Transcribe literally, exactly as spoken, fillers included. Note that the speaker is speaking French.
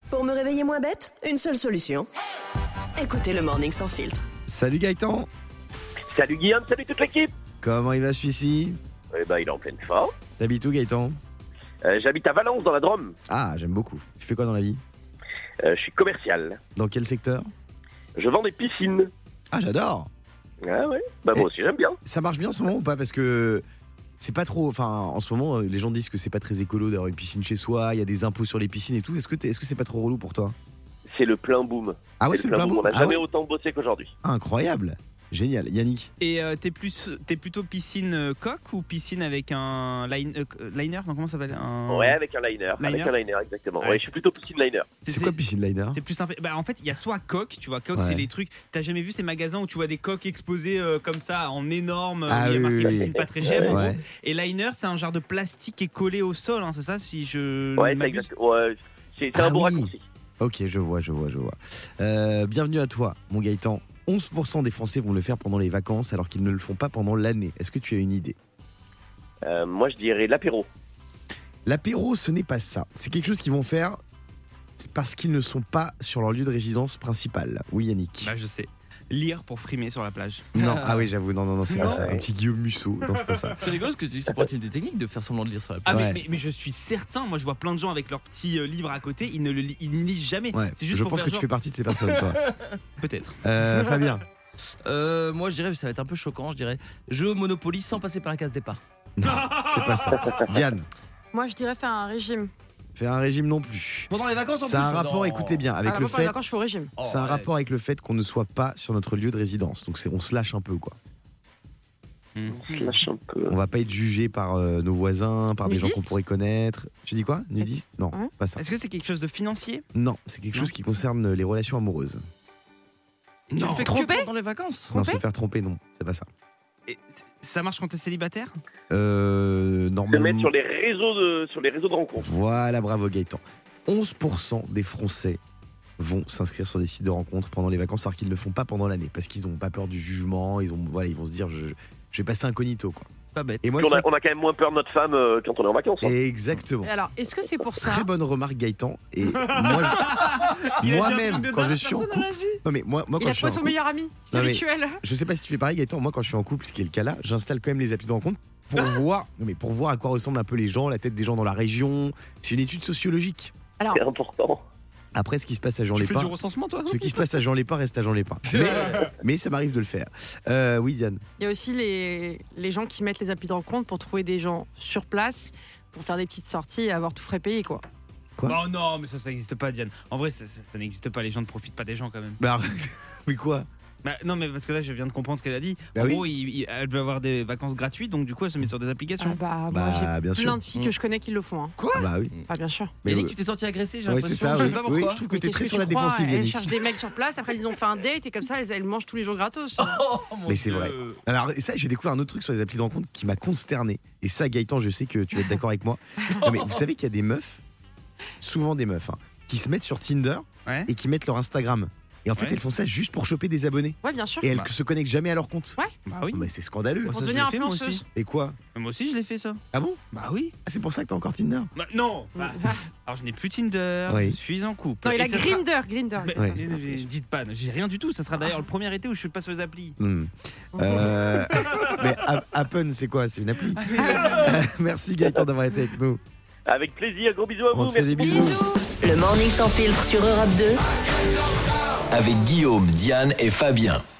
Pour me réveiller moins bête, une seule solution. Écoutez le Morning Sans Filtre. Salut Gaëtan. Salut Guillaume, salut toute l'équipe. Comment il va celui-ci? Eh ben, il est en pleine forme. T'habites où Gaëtan? Euh, j'habite à Valence, dans la Drôme. Ah, j'aime beaucoup. Tu fais quoi dans la vie? Euh, je suis commercial. Dans quel secteur? Je vends des piscines. Ah, j'adore. Ah ouais, bah moi Et- aussi j'aime bien. Ça marche bien en ce moment ou pas? Parce que c'est pas trop... Enfin, en ce moment, les gens disent que c'est pas très écolo d'avoir une piscine chez soi, il y a des impôts sur les piscines et tout. Est-ce que, t'es- est-ce que c'est pas trop relou pour toi? C'est le plein boom. Ah ouais, c'est le plein boom. On n'a Ah jamais ouais. autant bossé qu'aujourd'hui. Ah, incroyable. Génial. Yannick? Et euh, t'es plus, t'es plutôt piscine euh, coque ou piscine avec un line- euh, liner? Non, comment ça s'appelle un... Ouais, avec un liner. Liner. Avec un liner, exactement. Ouais, Ouais, je suis plutôt piscine liner. C'est quoi piscine liner? C'est plus simple. Bah, en fait, il y a soit coque, tu vois, coque, Ouais. c'est les trucs. T'as jamais vu ces magasins où tu vois des coques exposées euh, comme ça en énorme, Ah il y a oui, marqué oui, oui. piscine pas très cher. en Ouais. gros. Et liner, c'est un genre de plastique qui est collé au sol, hein, c'est ça, si je Ouais, ne c'est m'abuse. exact. Ouais, c'est c'est Ah un bon oui. raccourci. Ok, je vois, je vois, je vois. Euh, bienvenue à toi, mon Gaëtan. onze pour cent des Français vont le faire pendant les vacances alors qu'ils ne le font pas pendant l'année. Est-ce que tu as une idée? Euh, moi, je dirais l'apéro. L'apéro, ce n'est pas ça. C'est quelque chose qu'ils vont faire parce qu'ils ne sont pas sur leur lieu de résidence principale. Oui, Yannick. Bah, je sais. Lire pour frimer sur la plage. Non, ah oui, j'avoue, non, non, non, c'est pas Non. ça. Un petit Guillaume Musso, non, c'est pas ça. C'est rigolo ce que tu dis, c'est pratique des techniques de faire semblant de lire sur la Ah, page. Ouais. mais, mais, mais je suis certain, moi je vois plein de gens avec leur petit euh, livre à côté, ils ne le li- ils ne lisent jamais. Ouais, C'est juste je pour pense faire que tu genre- fais partie de ces personnes, toi. Peut-être. Euh, Fabien. Euh, moi je dirais, ça va être un peu choquant, je dirais, jeu au Monopoly sans passer par la case départ. Non, c'est pas ça. Diane. Moi, je dirais faire un régime. Faire un régime non plus. Pendant les vacances en Ça a un plus. rapport, non. écoutez bien, avec Ah, le moi, pendant les fait. vacances, je suis au régime. Oh, C'est un ouais. rapport avec le fait qu'on ne soit pas sur notre lieu de résidence. Donc c'est, on se lâche un peu, quoi. Mhm. On se lâche un peu. On va pas être jugé par euh, nos voisins, par des gens Nudiste qu'on pourrait connaître. Tu dis quoi? Nudiste? Non, Ouais. pas ça. Est-ce que c'est quelque chose de financier? Non, c'est quelque Non. chose qui concerne les relations amoureuses. Tu le fais que Tromper pendant les vacances. Non, Tromper se faire tromper, non, c'est pas ça. Et c- ça marche quand t'es célibataire? Euh, Se normalement. mettre sur les réseaux de, sur les réseaux de rencontres. Voilà, bravo Gaëtan. onze pour cent des Français vont s'inscrire sur des sites de rencontres pendant les vacances alors qu'ils ne le font pas pendant l'année parce qu'ils n'ont pas peur du jugement, ils, ont, voilà, ils vont se dire je, je vais passer incognito, quoi. Pas bête. Et moi, Puis on, a, c'est on a quand même moins peur de notre femme euh, quand on est en vacances. hein. exactement. Et alors, est-ce que c'est pour ça Très bonne remarque Gaëtan. Et moi, je- moi-même, quand je suis en couple, non mais moi, moi Il quand a je suis en trouvé son couple, meilleur ami Non, mais- spirituel. je sais pas si tu fais pareil Gaëtan. Moi, quand je suis en couple, ce qui est le cas là, j'installe quand même les applis de rencontre pour voir, non, mais pour voir à quoi ressemblent un peu les gens, la tête des gens dans la région. C'est une étude sociologique. Alors, C'est important. Après, ce qui se passe à Jean Tu fais du Lépin, recensement toi? ce qui se passe à Jean Lépin reste à Jean Lépin. Mais, mais ça m'arrive de le faire. Euh, oui, Diane. il y a aussi les, les gens qui mettent les applis de rencontre pour trouver des gens sur place, pour faire des petites sorties et avoir tout frais payé, quoi. Quoi? Oh non, mais ça, ça n'existe pas, Diane. En vrai, ça, ça- ça n'existe pas. Les gens ne profitent pas des gens quand même. Bah, arrête. Mais quoi? Bah, non, mais parce que là, je viens de comprendre ce qu'elle a dit. Bah en oui. gros, il- il- elle veut avoir des vacances gratuites, donc du coup, elle se met sur des Ah applications. bah, Bah, moi, j'ai bien sûr. plein de filles que je connais qui le font. Hein. Ah bah oui. Ah, bien sûr. Mais Yannick, euh, tu t'es senti agressé, j'ai ouais, c'est l'impression. ça. je Oui. sais pas Oui, pourquoi. je trouve que Mais t'es qu'est-ce très que sur tu la crois défensive, Elles Yannick. cherchent des mecs sur place, après ils ont fait un date et comme ça, elles, elles mangent tous les jours gratos. Oh, mon Mais c'est Dieu. vrai. Alors ça, j'ai découvert un autre truc sur les applis de rencontre qui m'a consterné. Et ça, Gaëtan, je sais que tu vas être d'accord avec moi. Non, mais vous savez qu'il y a des meufs, souvent des meufs, hein, qui se mettent sur Tinder Ouais. et qui mettent leur Instagram. Et en fait, Ouais. elles font ça juste pour choper des abonnés. Ouais, bien sûr. Et elles Bah. se connectent jamais à leur compte. Ouais. Bah oui. Mais c'est scandaleux. Moi, Pour ça, je devenir l'ai fait, moi influenceuse. aussi. Et quoi? Mais moi aussi, je l'ai fait ça. Ah bon? Bah oui. Ah, c'est pour ça que t'as encore Tinder? Bah, non. Bah, alors, je n'ai plus Tinder. Oui. Je suis en couple. Non, il Et a ça sera- Grinder, Grinder. Mais- Ouais. mais- mais- Dites pas, j'ai rien du tout. Ça sera d'ailleurs le premier été où je suis pas sur les applis. Hmm. Euh, mais App- Appen, c'est quoi? C'est une appli? Merci Gaëtan d'avoir été avec nous. Avec plaisir, gros bisous à On vous. te fait des merci bisous. beaucoup. Le Morning Sans Filtre sur Europe deux. Avec Guillaume, Diane et Fabien.